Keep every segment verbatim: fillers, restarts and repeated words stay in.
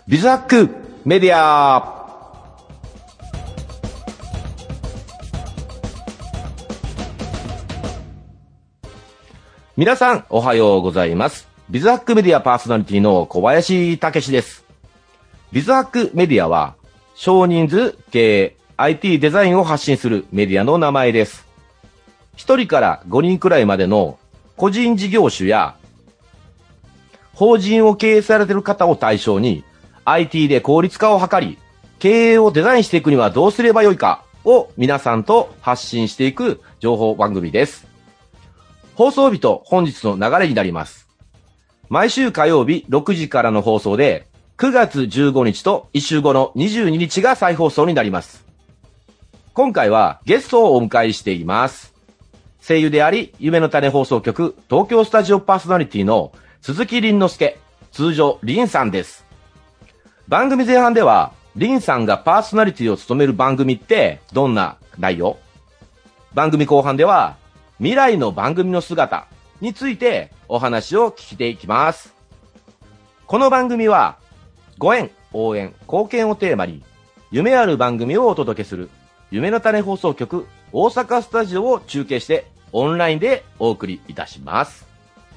ビズハックメディア。皆さんおはようございます。ビズハックメディアパーソナリティの小林武史です。ビズハックメディアは少人数経営 アイティー デザインを発信するメディアの名前です。ひとりからごにんくらいまでの個人事業主や法人を経営されている方を対象に アイティー で効率化を図り、経営をデザインしていくにはどうすればよいかを皆さんと発信していく情報番組です。放送日と本日の流れになります。毎週火曜日ろくじからの放送で、くがつじゅうごにちといっしゅうごのにじゅうににちが再放送になります。今回はゲストをお迎えしています。声優であり、夢の種放送局東京スタジオパーソナリティの鈴木凛之介、通称凛さんです。番組前半では、凛さんがパーソナリティを務める番組ってどんな内容？番組後半では、未来の番組の姿についてお話を聞いていきます。この番組は、ご縁、応援、貢献をテーマに、夢ある番組をお届けする、夢の種放送局大阪スタジオを中継してオンラインでお送りいたします。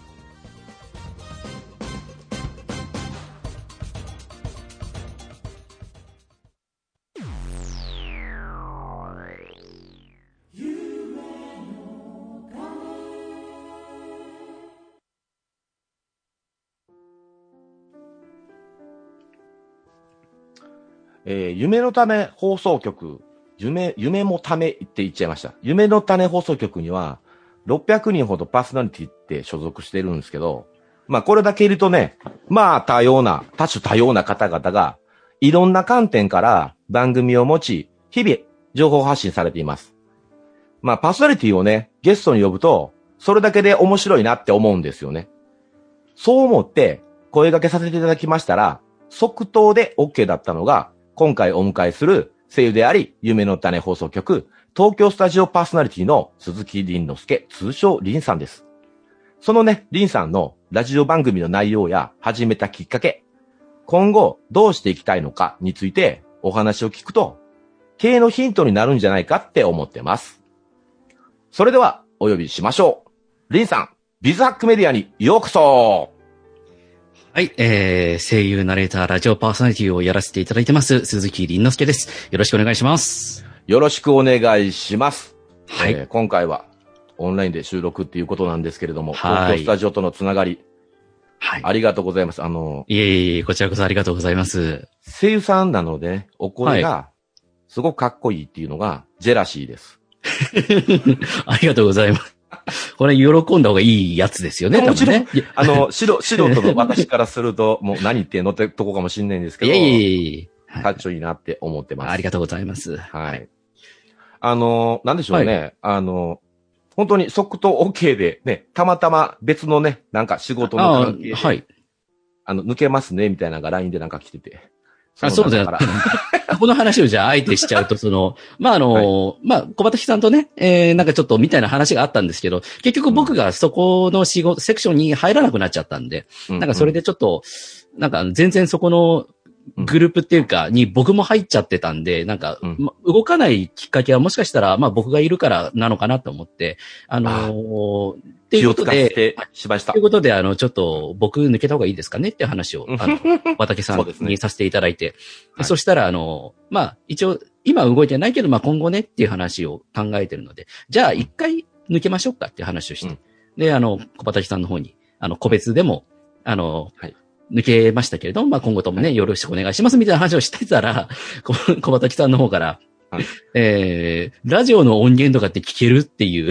えー、夢の種放送局、夢、夢もためって言っちゃいました。夢の種放送局にはろっぴゃくにんほどパーソナリティって所属してるんですけど、まあこれだけいるとね、まあ多様な、多種多様な方々がいろんな観点から番組を持ち、日々情報発信されています。まあパーソナリティをね、ゲストに呼ぶと、それだけで面白いなって思うんですよね。そう思って声掛けさせていただきましたら、即答で OK だったのが、今回お迎えする声優であり、夢の種放送局、東京スタジオパーソナリティの鈴木凛之介、通称凛さんです。そのね、凛さんのラジオ番組の内容や始めたきっかけ、今後どうしていきたいのかについてお話を聞くと、経営のヒントになるんじゃないかって思ってます。それではお呼びしましょう。凛さん、ビズハックメディアにようこそ。 はい、えー、声優ナレーターラジオパーソナリティをやらせていただいてます、鈴木凛之介です。よろしくお願いします。 よろしくお願いします。 はい。 えー、今回はオンラインで収録っていうことなんですけれども、 はい、 東京スタジオとのつながり、 はい。 ありがとうございます。あの、 いえいえ、こちらこそありがとうございます。 声優さんなので、ね、お声がすごくかっこいいっていうのがジェラシーです。 ありがとうございます。これ喜んだ方がいいやつですよね。 もちろん、 ね、 あの、素人の私からすると、もう何言ってんのってとこかもしれないんですけど、 いやいやいや、 かっちょいいなって思ってます。 ありがとうございます。 はい。あの、なんでしょうね。はい、あの、本当に即答 OK でね、たまたま別のね、なんか仕事の関係で、あ、はい、あの、抜けますね、みたいなのが ライン でなんか来てて。 あ、そうだよ。この話をじゃああえてしちゃうと、その、まあ、あの、はい、まあ、小畑さんとね、えー、なんかちょっとみたいな話があったんですけど、結局僕がそこの仕事、セクションに入らなくなっちゃったんで、うんうん、なんかそれでちょっと、なんか全然そこのグループっていうか、に僕も入っちゃってたんで、なんか、うんま、動かないきっかけはもしかしたら、まあ僕がいるからなのかなと思って、あのー、っていうことで、 しました。 ということで、あの、ちょっと僕抜けた方がいいですかねって話を、あの、畑さんにさせていただいて、そ, ね、そしたら、あの、まあ、一応、今動いてないけど、まあ今後ねっていう話を考えてるので、じゃあ一回抜けましょうかっていう話をして、うん、で、あの、小畑さんの方に、あの、個別でも、あの、はい、抜けましたけれども、まあ今後ともね、よろしくお願いしますみたいな話をしてたら、小畑さんの方から、はい、えー、ラジオの音源とかって聞けるっていう。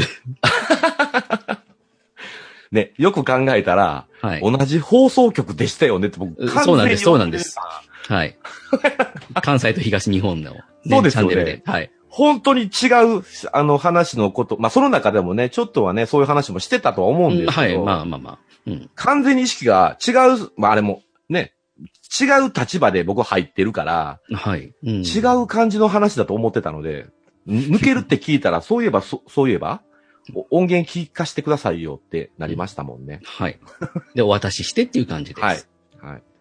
ね、よく考えたら、はい、同じ放送局でしたよねって僕、 そうなんです、そうなんです。はい。関西と東日本の、ね、 そうですよね、 チャンネルで。はい。 本当に違う、あの話のこと、まあその中でもね、ちょっとはね、そういう話もしてたとは思うんですけど、 うん、はい、まあまあまあ。うん、 完全に意識が違う、まああれも、ね、違う立場で僕入ってるから、 はい。 うん、違う感じの話だと思ってたので、抜けるって聞いたら、そういえば、そそういえば、音源聞かせてくださいよってなりましたもんね。 はい。で、お渡ししてっていう感じです。 はい。はい。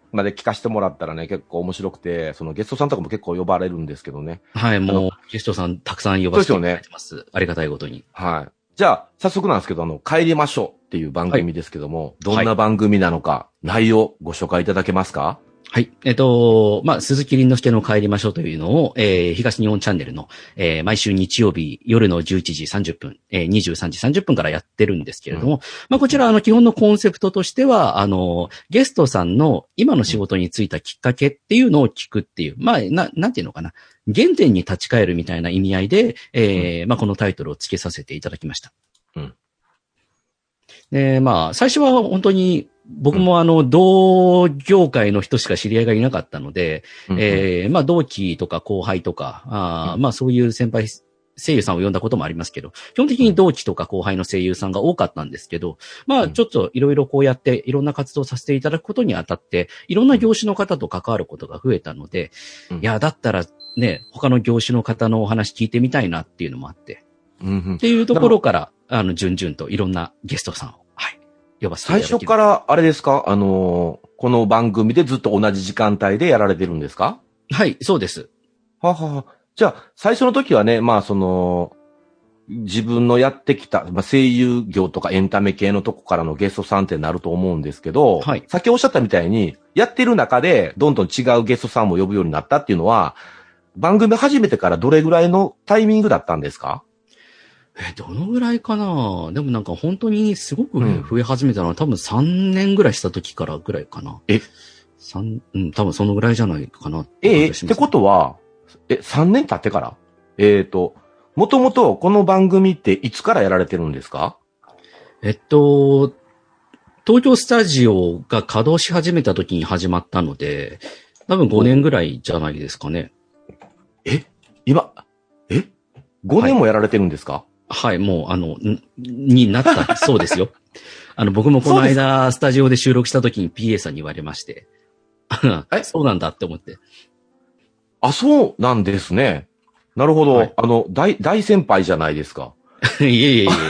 まで聞かせてもらったらね、結構面白くて、そのゲストさんとかも結構呼ばれるんですけどね。 はい、もうゲストさんたくさん呼ばせていただいてます。ね、ありがたいことに。 はい。じゃあ、早速なんですけど、あの、帰りましょうっていう番組ですけども、はい、どんな番組なのか、はい、内容ご紹介いただけますか？ はい。えっと、まあ、鈴木凛之介の帰りましょうというのを、えー、東日本チャンネルの、えー、毎週日曜日夜のじゅういちじさんじゅっぷん、えー、にじゅうさんじさんじゅっぷんからやってるんですけれども、うん、まあ、こちら、あの、基本のコンセプトとしては、あの、ゲストさんの今の仕事に就いたきっかけっていうのを聞くっていう、まあ、な、なんていうのかな。原点に立ち返るみたいな意味合いで、えー、うん、まあ、このタイトルを付けさせていただきました。うん。で、まあ、最初は本当に、僕もあの、同業界の人しか知り合いがいなかったので、うんうん、えー、まあ、同期とか後輩とか、あうん、まあ、そういう先輩、声優さんを呼んだこともありますけど、基本的に同期とか後輩の声優さんが多かったんですけど、まあ、ちょっといろいろこうやっていろんな活動させていただくことにあたって、いろんな業種の方と関わることが増えたので、うん、いや、だったらね、他の業種の方のお話聞いてみたいなっていうのもあって、うんうん、っていうところから、あの、順々といろんなゲストさんを、はい。呼ばせていただきます。 最初から、あれですかあのー、この番組でずっと同じ時間帯でやられてるんですか？ はい、そうです。 ははは。じゃあ、最初の時はね、まあ、その、自分のやってきた、まあ、声優業とかエンタメ系のとこからのゲストさんってなると思うんですけど、はい。さっきおっしゃったみたいに、やってる中で、どんどん違うゲストさんも呼ぶようになったっていうのは、番組始めてからどれぐらいのタイミングだったんですか？ え、どのぐらいかな？でもなんか本当にすごく増え始めたのは、うん、多分さんねんぐらいした時からぐらいかな。 え三うん、多分そのぐらいじゃないかなって、ね。ええってことは、え、さんねん経ってからえっと、もともとこの番組っていつからやられてるんですか？ えっと、東京スタジオが稼働し始めた時に始まったので、多分ごねんぐらいじゃないですかね。 え今、え ?ご 年もやられてるんですか？ はい、はい、もう、あの、になった、そうですよ。あの、僕もこの間、スタジオで収録した時に ピーエー さんに言われまして。えそうなんだって思って。 あ、そうなんですね。なるほど。はい、あの、大、大先輩じゃないですか。 いえいえいえいえ。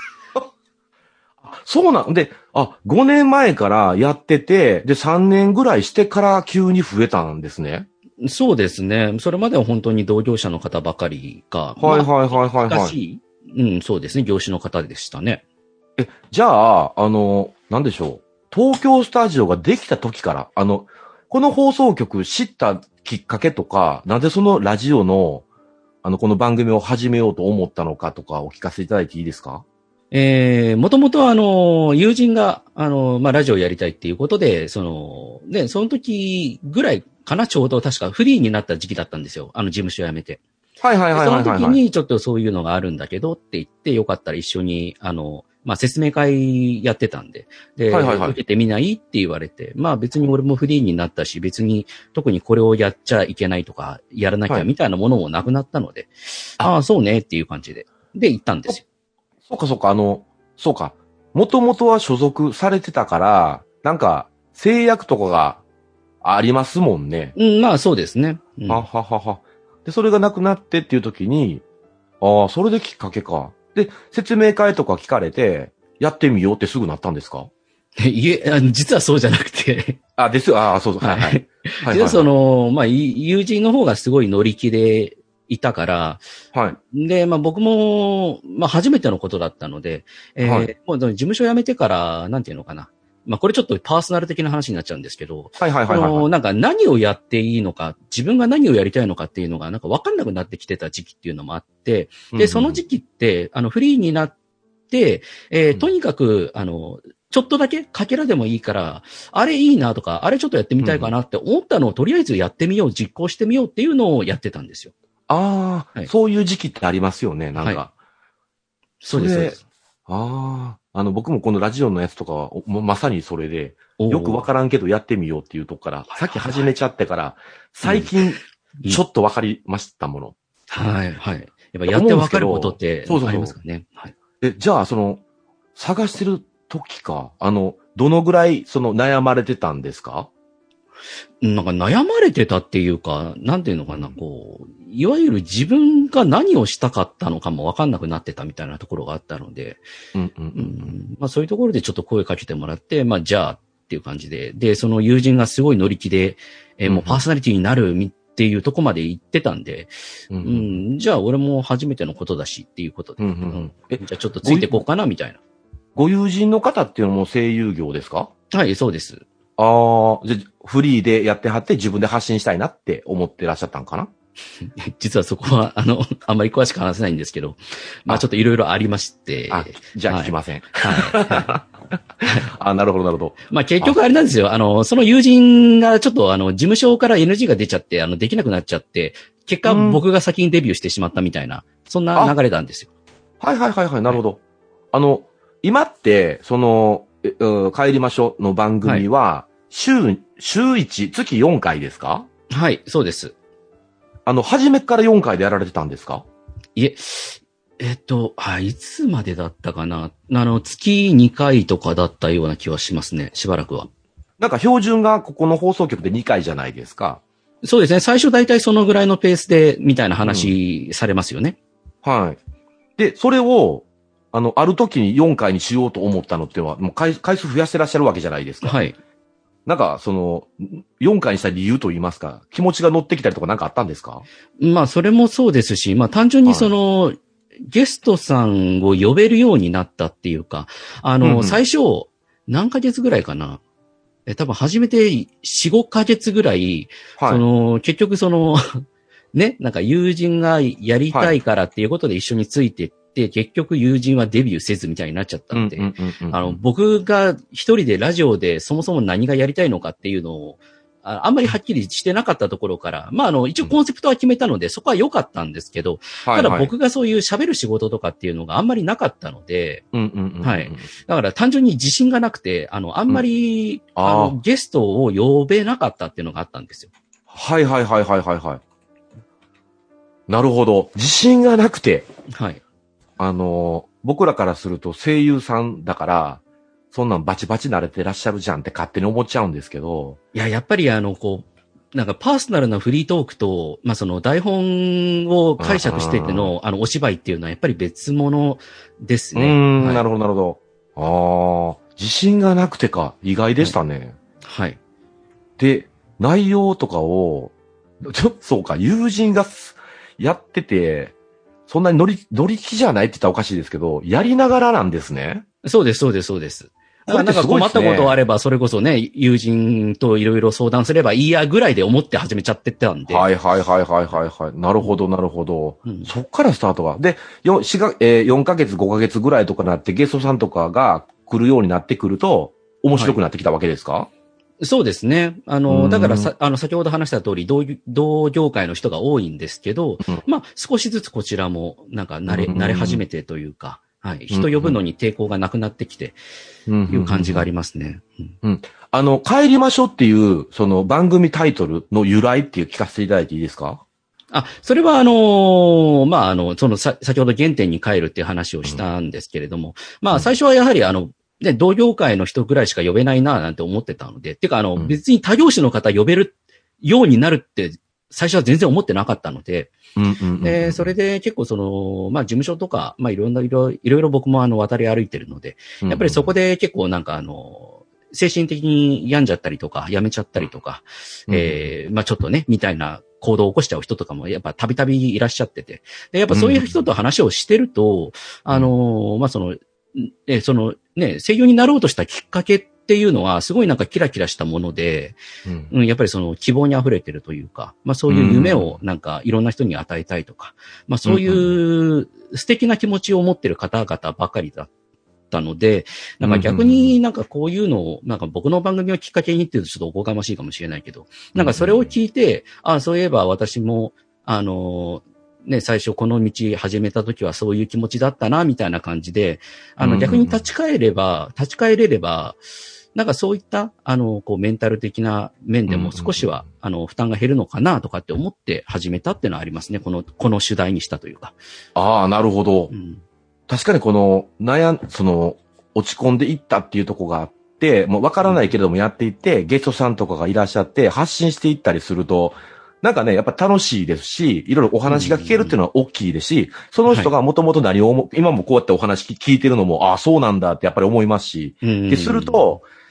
そうなんで、あ、ごねんまえからやってて、で、さんねんぐらいしてから急に増えたんですね。 そうですね。それまでは本当に同業者の方ばかりが。 はいはいはいはいはい。 難しい、うん、そうですね。業種の方でしたね。 え、じゃあ、あの、なんでしょう。東京スタジオができた時から、あの、この放送局知ったきっかけとか、なぜそのラジオの、あの、この番組を始めようと思ったのかとかお聞かせいただいていいですか？ ええー、もともとあの、友人が、あの、まあ、ラジオやりたいっていうことで、その、ね、その時ぐらいかな、ちょうど確かフリーになった時期だったんですよ。あの、事務所辞めて。 はいはいはいはいはい、はい。 その時にちょっとそういうのがあるんだけどって言って、よかったら一緒に、あの、まあ、説明会やってたんで、で、はいはいはい、受けてみないって言われて、まあ別に俺もフリーになったし、別に特にこれをやっちゃいけないとか、やらなきゃみたいなものもなくなったので、はい、ああ、そうねっていう感じで、で、行ったんですよ。 そうかそうか、あの、そうか。もともとは所属されてたから、なんか、制約とかがありますもんね。 うん、まあそうですね。 うん、はははは。で、それがなくなってっていう時に、ああ、それできっかけか。で、説明会とか聞かれて、やってみようってすぐなったんですか？ いえ、実はそうじゃなくて。 あ、ですよ。ああ、そうそう。はいはい。 実はその、まあ、友人の方がすごい乗り気でいたから、はい。で、まあ僕も、まあ初めてのことだったので、えーはい、もう事務所辞めてから、なんていうのかな。まあこれちょっとパーソナル的な話になっちゃうんですけど、 はいはいはいはい、はい。 なんか何をやっていいのか、自分が何をやりたいのかっていうのがなんか分かんなくなってきてた時期っていうのもあって、で、その時期って、あのフリーになって、えー、とにかく、あの、ちょっとだけかけらでもいいから、あれいいなとか、あれちょっとやってみたいかなって思ったのをとりあえずやってみよう、実行してみようっていうのをやってたんですよ。 ああ、はい、そういう時期ってありますよね、なんか。はい、 そうです、そうです。 ああ、あの、僕もこのラジオのやつとかは、もうまさにそれで、よくわからんけどやってみようっていうとこから、さっき始めちゃってから、最近、ちょっとわかりましたもの。 はい、はい。やっぱやってわかることってありますかね。はい。 え、じゃあ、その、探してる時か、あの、どのぐらい、その、悩まれてたんですか？ なんか悩まれてたっていうか、なんていうのかな、こう、いわゆる自分が何をしたかったのかもわかんなくなってたみたいなところがあったので、うんうんうんうん、まあそういうところでちょっと声かけてもらって、まあじゃあっっていう感じで、で、その友人がすごい乗り気で、えー、もうパーソナリティになるっていうとこまで行ってたんで、うん、うん、じゃあ俺も初めてのことだしっていうことで、うんうん、えじゃあちょっとついていこうかなみたいな。 ご友人の方っていうのも声優業ですか？ はい、そうです。 ああ、じゃあフリーでやってはって自分で発信したいなって思ってらっしゃったんかな？ 実はそこは、あの、あんまり詳しく話せないんですけど、まあちょっといろいろありまして。 あ、じゃあ聞きません。はい。はい、あ、なるほど、なるほど。 まあ結局あれなんですよ。あの、その友人がちょっとあの、事務所から エヌジー が出ちゃって、あの、できなくなっちゃって、結果僕が先にデビューしてしまったみたいな、そんな流れなんですよ。 はいはいはいはい、なるほど。はい、あの、今って、その、帰りましょうの番組は、週、はい、週いち、月よんかいですか？ はい、そうです。 あの、初めからよんかいでやられてたんですか？ いえ、えっと、あ、いつまでだったかな。あの、月にかいとかだったような気はしますね、しばらくは。 なんか標準がここの放送局でにかいじゃないですか。 そうですね、最初大体そのぐらいのペースで、みたいな話されますよね。 うん、はい。で、それを、あの、ある時によんかいにしようと思ったのっては、もう回回数増やしてらっしゃるわけじゃないですか。 はい。 なんか、その、よんかいにした理由と言いますか、気持ちが乗ってきたりとかなんかあったんですか？ まあ、それもそうですし、まあ、単純にその、はい、ゲストさんを呼べるようになったっていうか、あの、うんうん、最初、何ヶ月ぐらいかな。え、多分初めてよん、ごかげつぐらい、はい、その、結局その、ね、なんか友人がやりたいからっていうことで一緒についてって、はい、結局友人はデビューせずみたいになっちゃったんで、あの、僕が一人でラジオでそもそも何がやりたいのかっていうのを、あ, あんまりはっきりしてなかったところから、まあ、あの、一応コンセプトは決めたので、うん、そこは良かったんですけど、ただ僕がそういう喋る仕事とかっていうのがあんまりなかったので、はい。だから単純に自信がなくて、あの、あんまり、うん、あの、ゲストを呼べなかったっていうのがあったんですよ。 はいはいはいはいはいはい。なるほど。自信がなくて。 はい。 あの、僕らからすると声優さんだから、そんなんバチバチ慣れてらっしゃるじゃんって勝手に思っちゃうんですけど。 いや、やっぱりあの、こう、なんかパーソナルなフリートークと、まあ、その台本を解釈してての、あの、お芝居っていうのはやっぱり別物ですね。 うん、はい、なるほど、なるほど。ああ、自信がなくてか、意外でしたね。 はい。はい、 で、内容とかを、ちょっとそうか、友人がやってて、そんなに乗り、乗り気じゃないって言ったらおかしいですけど、やりながらなんですね。 そうです、そうです、そうです。なんか困ったことあれば、それこそね、友人といろいろ相談すればいいやぐらいで思って始めちゃってたんで。 はいはいはいはいはいはい。なるほどなるほど。うん、そっからスタートが。で、よん、4えー、よんかげつ、ごかげつぐらいとかなってゲストさんとかが来るようになってくると、面白くなってきたわけですか？はい、 そうですね。あの、だからさ、あの、先ほど話した通り、同、同業界の人が多いんですけど、うん、まあ、少しずつこちらも、なんか慣れ、慣れ始めてというか、はい。人呼ぶのに抵抗がなくなってきて、いう感じがありますね。 うん。あの、帰りましょうっていう、その番組タイトルの由来っていう聞かせていただいていいですか？ あ、それはあのー、まあ、あの、そのさ、先ほど原点に帰るっていう話をしたんですけれども、うん、まあ、最初はやはりあの、ね、同業界の人ぐらいしか呼べないな、なんて思ってたので、っていうかあの、うん、別に他業種の方呼べるようになるって、最初は全然思ってなかったので、で、それで結構その、まあ事務所とか、まあいろんな、いろいろ僕もあの渡り歩いてるので、やっぱりそこで結構なんかあの、精神的に病んじゃったりとか、やめちゃったりとか、うん、えー、まあちょっとね、みたいな行動を起こしちゃう人とかもやっぱたびたびいらっしゃってて、で、やっぱそういう人と話をしてると、うん、あの、まあその、え、そのね、声優になろうとしたきっかけっていうのはすごいなんかキラキラしたもので、うんうん、やっぱりその希望に溢れてるというか、まあそういう夢をなんかいろんな人に与えたいとか、まあそういう素敵な気持ちを持ってる方々ばかりだったので、なんか逆になんかこういうのを、なんか僕の番組をきっかけにっていうとちょっとおこがましいかもしれないけど、なんかそれを聞いて、あ、そういえば私も、あの、ね、最初この道始めた時はそういう気持ちだったな、みたいな感じで、あの逆に立ち返れば、立ち返れれば、なんかそういった、あの、こう、メンタル的な面でも少しは、あの、負担が減るのかなとかって思って始めたっていうのはありますね。この、この主題にしたというか。 ああ、なるほど。うん、確かにこの、悩ん、その、落ち込んでいったっていうところがあって、もうわからないけれどもやっていって、うん、ゲストさんとかがいらっしゃって発信していったりすると、なんかね、やっぱ楽しいですし、いろいろお話が聞けるっていうのは大きいですし、その人がもともと何を思う、はい、今もこうやってお話聞いてるのも、ああ、そうなんだってやっぱり思いますし、で、すると、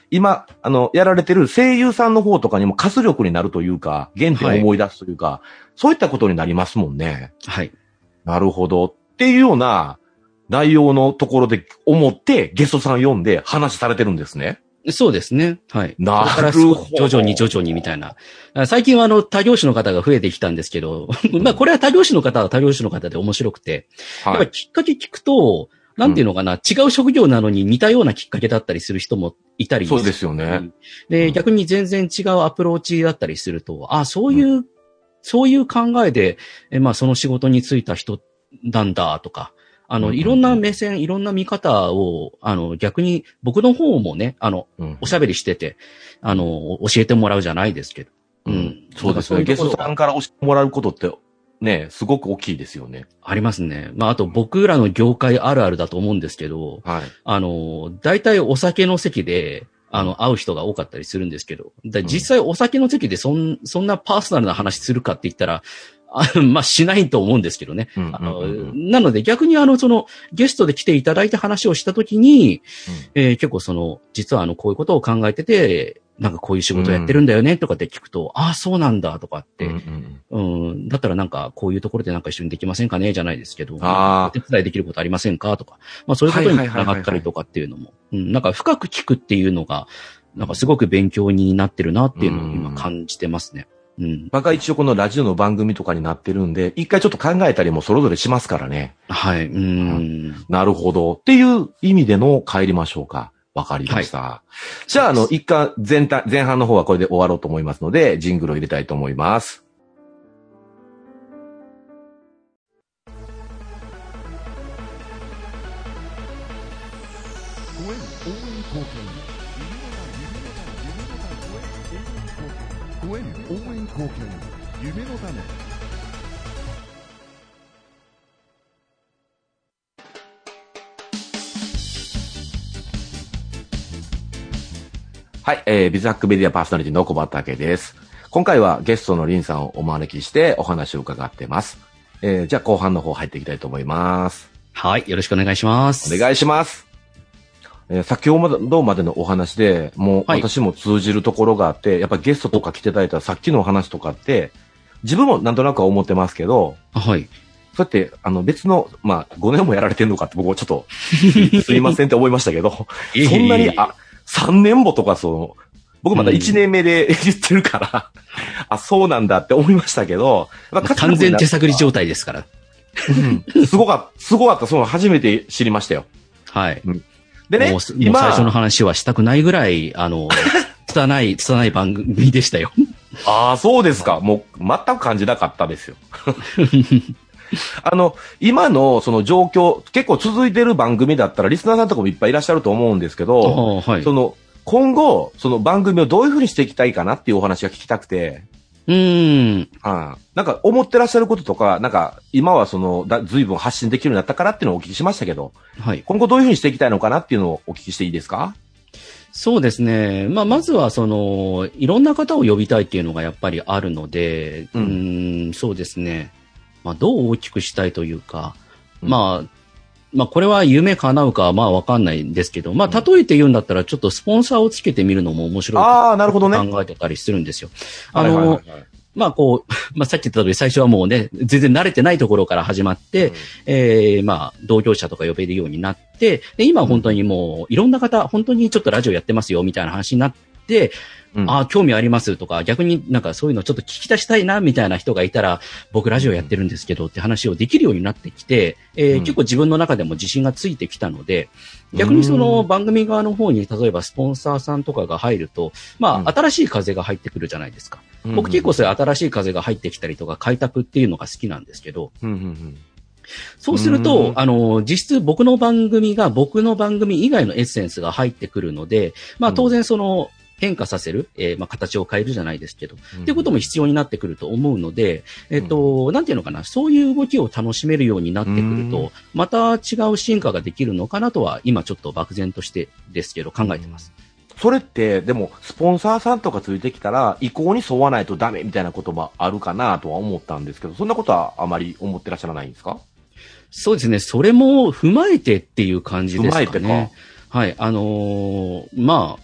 今、あの、やられてる声優さんの方とかにも活力になるというか、原点を思い出すというか、はい、そういったことになりますもんね。 はい。 なるほど。っていうような内容のところで思ってゲストさん呼んで話されてるんですね。 そうですね。はい。 なるほど。 徐々に徐々にみたいな。最近はあの、他業種の方が増えてきたんですけど、まあこれは他業種の方は他業種の方で面白くて、はい、やっぱりきっかけ聞くと、なんていうのかな、うん、違う職業なのに似たようなきっかけだったりする人もいたりする。 そうですよね。 で、うん、逆に全然違うアプローチだったりすると、あ、そういう、うん、そういう考えで、えまあその仕事に就いた人なんだとか、あの、いろんな目線、いろんな見方を、あの、逆に僕の方もね、あの、うん、おしゃべりしてて、あの、教えてもらうじゃないですけど。 うん。うん、そうですね。ゲストさんから教えてもらうことって、ね、すごく大きいですよね。 ありますね。まあ、あと僕らの業界あるあるだと思うんですけど、はい。あの、大体お酒の席で、あの、会う人が多かったりするんですけど、だ実際お酒の席でそん、そんなパーソナルな話するかって言ったら、あまあ、しないと思うんですけどね。うんうんうんうん、あのなので逆にあの、その、ゲストで来ていただいて話をしたときに、うんえー、結構その、実はあの、こういうことを考えてて、なんかこういう仕事やってるんだよねとかって聞くと、うん、ああ、そうなんだとかって、うんうんうん、だったらなんかこういうところでなんか一緒にできませんかねじゃないですけど、お手伝いできることありませんかとか、まあそういうことにつながったりとかっていうのも、うん、なんか深く聞くっていうのが、なんかすごく勉強になってるなっていうのを今感じてますね。うん。 まあ一応このラジオの番組とかになってるんで、一回ちょっと考えたりもそれぞれしますからね。 はい。うん。 なるほど。っていう意味での帰りましょうか。わかりました。はい、じゃあ、あの、一回全体、前半の方はこれで終わろうと思いますので、ジングルを入れたいと思います。 ご縁応援貢献夢の種。 はい、えー、ビズハックメディアパーソナリティの小畑です。今回はゲストのリンさんをお招きしてお話を伺ってます。えー、じゃあ後半の方入っていきたいと思います。 はい、よろしくお願いします。 お願いします。えー、先ほどまでのお話で、もう私も通じるところがあって、はい、やっぱりゲストとか来ていただいたさっきのお話とかって、自分もなんとなくは思ってますけど、 はい。 そうやって、あの別の、まあごねんもやられてるのかって僕はちょっと、すいませんって思いましたけど、そんなに、あ、さんねんもとかその、僕まだいちねんめで言ってるから、うん、あ、そうなんだって思いましたけど、 まあ、完全手探り状態ですから。 うん、すごかった、すごかった、その初めて知りましたよ。 はい。うんでね、 もう今、最初の話はしたくないぐらい、あの、拙い、拙い番組でしたよ。 ああ、そうですか。もう、全く感じなかったですよ。あの、今のその状況、結構続いてる番組だったら、リスナーさんとかもいっぱいいらっしゃると思うんですけど、はい、その、今後、その番組をどういうふうにしていきたいかなっていうお話が聞きたくて、 うーん。 ああなんか思ってらっしゃることとか、なんか今はそのだ随分発信できるようになったからっていうのをお聞きしましたけど、はい、今後どういうふうにしていきたいのかなっていうのをお聞きしていいですか？ そうですね。まあ、まずはその、いろんな方を呼びたいっていうのがやっぱりあるので、うん、うーんそうですね。まあ、どう大きくしたいというか、うん、まあ、まあ、これは夢叶うかはまあわかんないんですけど、まあ、例えて言うんだったら、ちょっとスポンサーをつけてみるのも面白いと考えてたりするんですよ。あの、まあ、こう、まあ、さっき言った通り、最初はもうね、全然慣れてないところから始まって、うん、ええー、まあ、同業者とか呼べるようになって、で、今本当にもう、いろんな方、本当にちょっとラジオやってますよ、みたいな話になって、うん、ああ、興味ありますとか、逆になんかそういうのちょっと聞き出したいな、みたいな人がいたら、僕ラジオやってるんですけどって話をできるようになってきて、えーうん、結構自分の中でも自信がついてきたので、逆にその番組側の方に、例えばスポンサーさんとかが入ると、まあ、新しい風が入ってくるじゃないですか。うん、僕結構それ新しい風が入ってきたりとか、開拓っていうのが好きなんですけど、うんうんうんそうすると、あの、実質僕の番組が僕の番組以外のエッセンスが入ってくるので、まあ当然その変化させる、えー、まあ形を変えるじゃないですけど、うん、っていうことも必要になってくると思うので、えっと、うん、なんていうのかな、そういう動きを楽しめるようになってくると、また違う進化ができるのかなとは、今ちょっと漠然としてですけど考えてます。 それって、でも、スポンサーさんとかついてきたら、意向に沿わないとダメみたいな言葉あるかなとは思ったんですけど、そんなことはあまり思ってらっしゃらないんですか？ そうですね。それも踏まえてっていう感じですかね。踏まえてか。はい。あのー、まあ、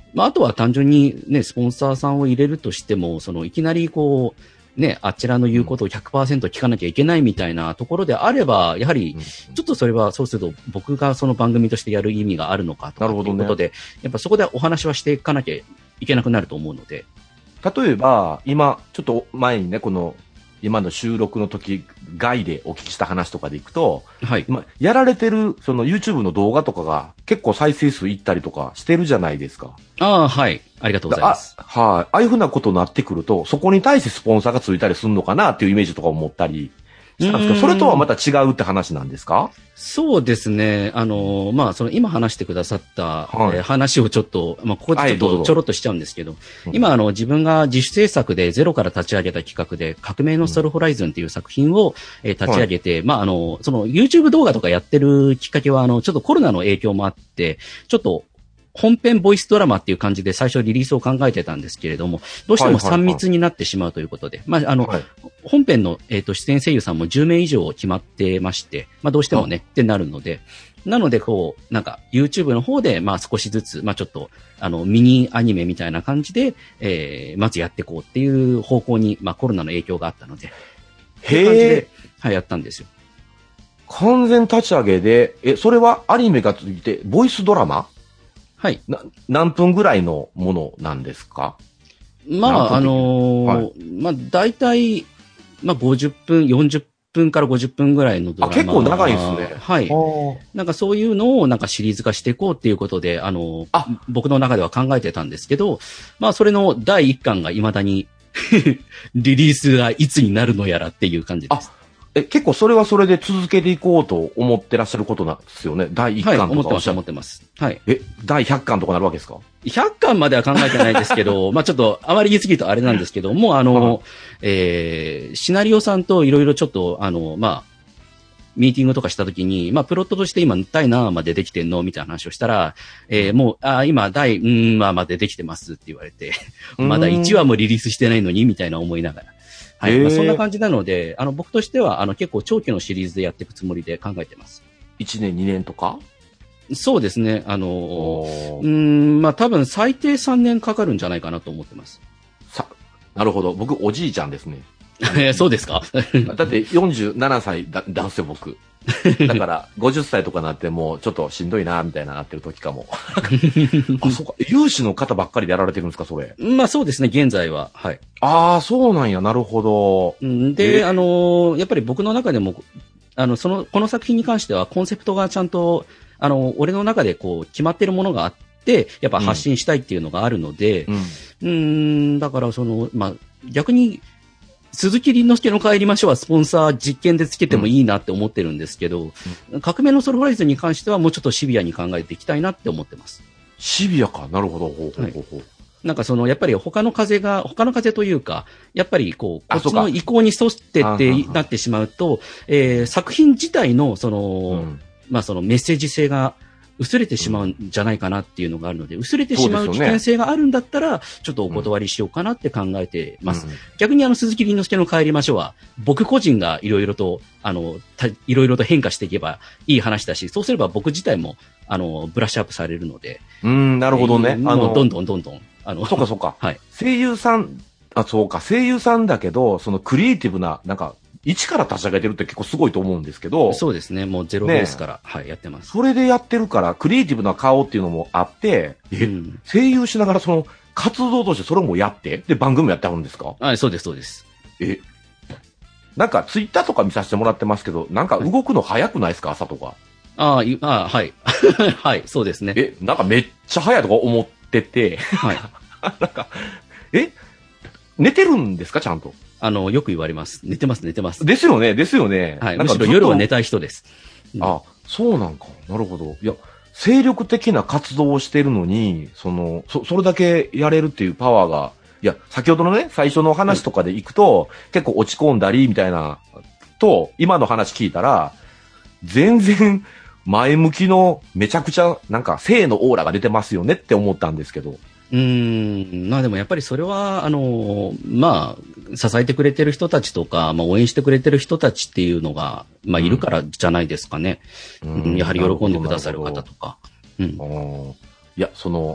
まあ、あとは単純にね、スポンサーさんを入れるとしても、その、いきなりこう、ね、あちらの言うことを ひゃくパーセント 聞かなきゃいけないみたいなところであれば、やはり、ちょっとそれは、そうすると、僕がその番組としてやる意味があるのかとか、ということで、やっぱそこでお話はしていかなきゃいけなくなると思うので。 例えば、今、ちょっと前にね、この、今の収録の時外でお聞きした話とかでいくと、 はい。 今、やられてる、その YouTube の動画とかが結構再生数いったりとかしてるじゃないですか。 ああ、はい。ありがとうございます。 あ、はい。ああいうふうなことになってくると、そこに対してスポンサーがついたりするのかなっていうイメージとか思ったりしたんですけど、それとはまた違うって話なんですか？ そうですね。あの、まあ、その今話してくださった、 はいえー話をちょっと、まあ、ここでちょっはいどうぞとちょろっとしちゃうんですけど、 うん今、あの、自分が自主制作でゼロから立ち上げた企画で、革命のストールホライズンっていう作品を、えー立ち上げて、まあ、あの、その YouTube 動画とかやってるきっかけは、あの、ちょっとコロナの影響もあって、ちょっと、本編ボイスドラマっていう感じで最初リリースを考えてたんですけれども、どうしてもさん密になってしまうということで、まあ、あの、 はい本編の、えっ、と、出演声優さんもじゅうめい以上決まってまして、まあ、どうしてもね、ってなるので、なので、こう、なんか、YouTube の方で、まあ、少しずつ、まあ、ちょっと、あの、ミニアニメみたいな感じで、えー、まずやっていこうっていう方向に、まあ、コロナの影響があったので、っていう感じへえで、。はい、やったんですよ。 完全立ち上げで、え、それはアニメがついて、ボイスドラマはい。 な、何分ぐらいのものなんですか？ まあ、あ何分的にのーまあ、大体、まあ、ごじゅっぷん、よんじゅっぷんからごじゅっぷんぐらいのドラマ。 あ、結構長いですね。 はい。なんかそういうのをなんかシリーズ化していこうっていうことで、あの、 あ僕の中では考えてたんですけど、まあそれのだいいっかんが未だにリリースがいつになるのやらっていう感じです。 え、結構それはそれで続けていこうと思ってらっしゃることなんですよね。だいいっはい、 かん思ってます、 とかおっしゃる思ってます。はい。 え、だいひゃっかんとかなるわけですか？ ひゃっかんまでは考えてないですけど、まあちょっとあまり言い過ぎるとあれなんですけど、もうあの、 はいえー、シナリオさんといろいろちょっと、あの、まあ、ミーティングとかしたときに、まあ、プロットとして今、だい何話までできてんのみたいな話をしたら、えー、もう、あ今、だい、うーん、話までできてますって言われて、まだいちわもリリースしてないのにみたいな思いながら。はい。まあ、そんな感じなので、あの、僕としては、あの、結構長期のシリーズでやっていくつもりで考えてます。 いちねん、にねんとか？ そうですね。あの、 おうーん、まあ、多分最低さんねんかかるんじゃないかなと思ってます。 さ、なるほど。僕、おじいちゃんですね。 えーそうですかだってよんじゅうななさいだなんですよ、僕。だから、ごじゅっさいとかなってもうちょっとしんどいな、みたいななってる時かも。あ、そうか。有志の方ばっかりでやられてるんですか、それ。 まあそうですね、現在は。はい。 ああ、そうなんや、なるほど。 うんで、 えあの、やっぱり僕の中でも、あの、その、この作品に関してはコンセプトがちゃんと、あの、俺の中でこう、決まってるものがあって、やっぱ発信したいっていうのがあるので、 うん。 うーん、だからその、まあ、逆に、鈴木凛之介の帰りましょうはスポンサー実験でつけてもいいなって思ってるんですけど、革命のソルホライズンに関してはもうちょっとシビアに考えていきたいなって思ってます。 シビアか。なるほど。ほうほうほうほう。 なんかその、やっぱり他の風が、他の風というか、やっぱりこう、こあっちの意向に沿ってってそうかあははなってしまうと、えー作品自体のその、 うんまあそのメッセージ性が薄れてしまうんじゃないかなっていうのがあるので、薄れてしまそううですよね危険性があるんだったら、ちょっとお断りしようかなって考えてます。 うん逆にあの鈴木凛之介の帰りましょうは、僕個人がいろいろと、あの、たいろいろと変化していけばいい話だし、そうすれば僕自体も、あの、ブラッシュアップされるので。 うん、なるほどね。 えーあの、 もうどんどんどんどん、あの、 そうかそうか。 はい。 声優さん、あ、そうか、声優さんだけど、そのクリエイティブな、なんか、一から立ち上げてるって結構すごいと思うんですけど、 そうですね。もうゼロベースから、はい、やってます。 それでやってるから、クリエイティブな顔っていうのもあって、え、 うん声優しながらその、活動としてそれもやって、で、番組もやってあるんですか？ はい、そうです、そうです。 え、なんかツイッターとか見させてもらってますけど、なんか動くの早くないですか？朝とか。 ああ、いああはい。はい、そうですね。 え、なんかめっちゃ早いとか思ってて、 はい。 なんか、え寝てるんですかちゃんと。 あの、よく言われます。寝てます、寝てます。 ですよね、ですよね。 はい。 なんかずっとむしろ夜は寝たい人です。うんあ、そうなんか。なるほど。いや、精力的な活動をしてるのに、その、そ、それだけやれるっていうパワーが、いや、先ほどのね、最初の話とかでいくと、結構落ち込んだり、みたいな、と、今の話聞いたら、全然前向きの、めちゃくちゃ、なんか、性のオーラが出てますよねって思ったんですけど。 うーん。まあでもやっぱりそれは、あの、まあ、支えてくれてる人たちとか、まあ応援してくれてる人たちっていうのが、まあいるからじゃないですかね。 ううん、やはり喜んでくださる方とか。うん。 うんいや、その、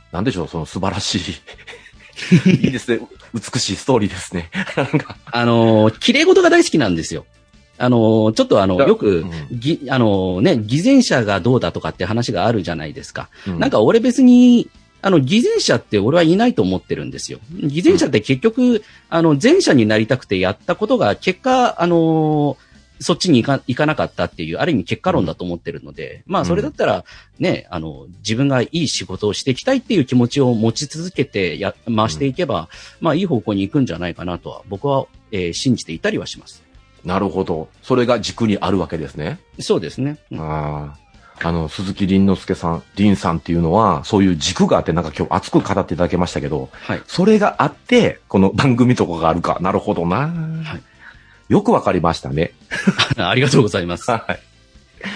なんでしょう、その素晴らしい。いいですね。美しいストーリーですね。なんかあのー、綺麗事が大好きなんですよ。あのー、ちょっとあの、よく、 うん、 ぎ、あのー、ね、偽善者がどうだとかって話があるじゃないですか。 うん、 なんか俺別に、あの、偽善者って俺はいないと思ってるんですよ。偽善者って結局、あの、善者になりたくてやったことが結果、あのー、そっちに行か、行かなかったっていう、ある意味結果論だと思ってるので、まあそれだったら、ね、あの、自分がいい仕事をしていきたいっていう気持ちを持ち続けてや、回していけば、まあいい方向に行くんじゃないかなとは、僕は、えー、信じていたりはします。 なるほど。それが軸にあるわけですね。 そうですね。 うん、ああ。あの、鈴木凛之介さん、凛さんっていうのは、そういう軸があって、なんか今日熱く語っていただけましたけど、 はい。 それがあって、この番組とかがあるか。なるほどな。はい。よくわかりましたね。 ありがとうございます。 はい。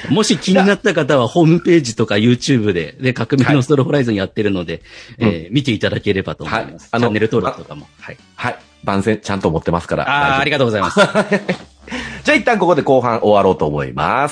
もし気になった方は、ホームページとか YouTube で、で、革命のストローホライゾンやってるので、はい、えーうん、見ていただければと思います。はい、チャンネル登録とかも。はい。 はい。番宣ちゃんと持ってますから。 ああ、ありがとうございます。 じゃあ一旦ここで後半終わろうと思います。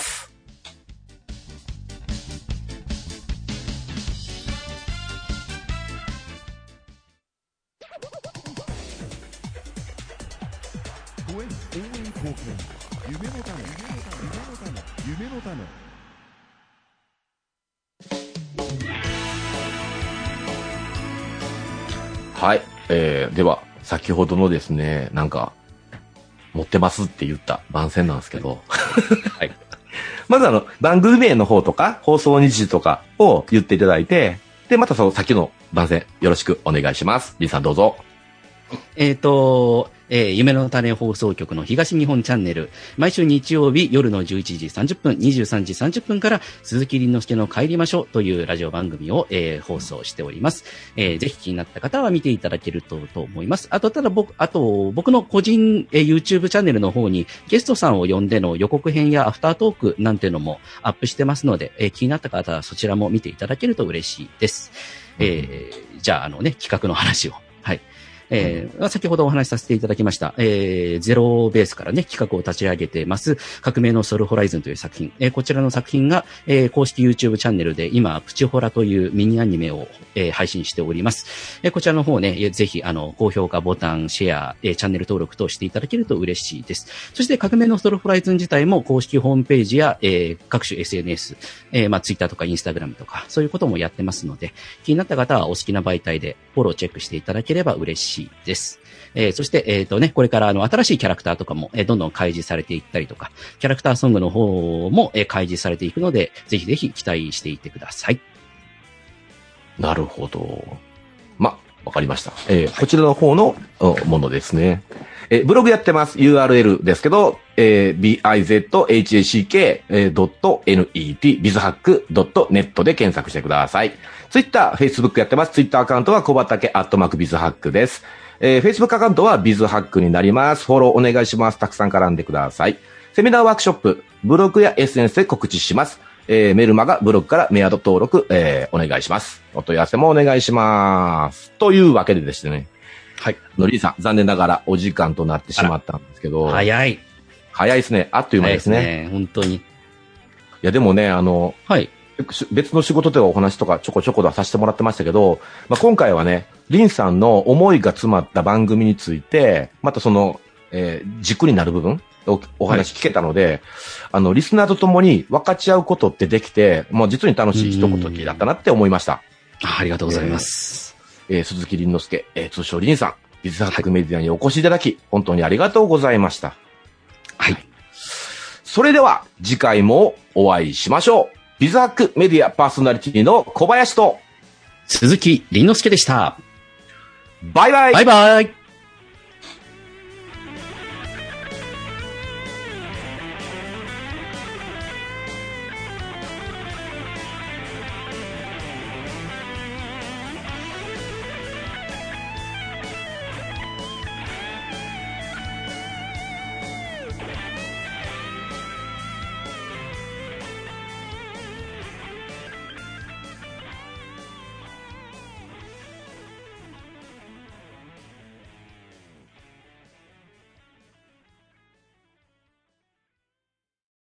はい。えー、では、先ほどのですね、なんか、持ってますって言った番宣なんですけど。はい。まずあの、番組名の方とか、放送日時とかを言っていただいて、で、またその先の番宣よろしくお願いします。リンさんどうぞ。 えっと、えー、夢の種放送局の東日本チャンネル、毎週日曜日夜のじゅういちじさんじゅっぷん、にじゅうさんじさんじゅっぷんから鈴木凛之介の帰りましょうというラジオ番組を、えー、放送しております。えー、ぜひ気になった方は見ていただけるとと思います。あと、ただ僕、あと、僕の個人、えー、YouTube チャンネルの方にゲストさんを呼んでの予告編やアフタートークなんていうのもアップしてますので、えー、気になった方はそちらも見ていただけると嬉しいです。えー、じゃあ、あのね、企画の話を。はい。えー、先ほどお話しさせていただきました、えー、ゼロベースからね、企画を立ち上げてます、革命のソルホライズンという作品。えー、こちらの作品が、えー、公式 YouTube チャンネルで今、プチホラというミニアニメを、えー、配信しております。えー、こちらの方ね、ぜひ、あの、高評価ボタン、シェア、えー、チャンネル登録としていただけると嬉しいです。そして、革命のソルホライズン自体も公式ホームページや、えー、各種 エスエヌエス、えー、まあ、Twitter とか Instagram とか、そういうこともやってますので、気になった方はお好きな媒体でフォローチェックしていただければ嬉しいです。えー、そして、えっとね、これからあの、新しいキャラクターとかも、えー、どんどん開示されていったりとか、キャラクターソングの方も、えー、開示されていくので、ぜひぜひ期待していてください。 なるほど。ま、わかりました。えー、こちらの方のものですね。えー、ブログやってます。ユーアールエル ですけど、えー、ビズハックドットネット ビズハックドットネット で検索してください。ツイッター、フェイスブックやってます。ツイッターアカウントは小畑アットマークビズハックです。えー、Facebook アカウントはビズハックになります。フォローお願いします。たくさん絡んでください。セミナーワークショップ、ブログや エスエヌエス で告知します。えー、メルマガ、ブログからメアド登録、えー、お願いします。お問い合わせもお願いします。というわけでですね。 はい。 のりーさん、残念ながらお時間となってしまったんですけど。 早い。 早いですね。あっという間ですね。 早いですね。本当に。いや、でもね、あの、 はい。 別の仕事ではお話とかちょこちょこ出させてもらってましたけど、まあ、今回はね、リンさんの思いが詰まった番組について、またその、えー、軸になる部分をお話聞けたので、はい、あの、リスナーと共に分かち合うことってできて、もう実に楽しい一言だったなって思いました。 あ, ありがとうございます。 えー、えー、鈴木凛之介、えー、通称リンさん、ビズハックメディアにお越しいただき、はい、本当にありがとうございました。 はい。 それでは、次回もお会いしましょう。ビズハックメディアパーソナリティの小林と鈴木凛之介でした。 バイバイ。 バイバイ。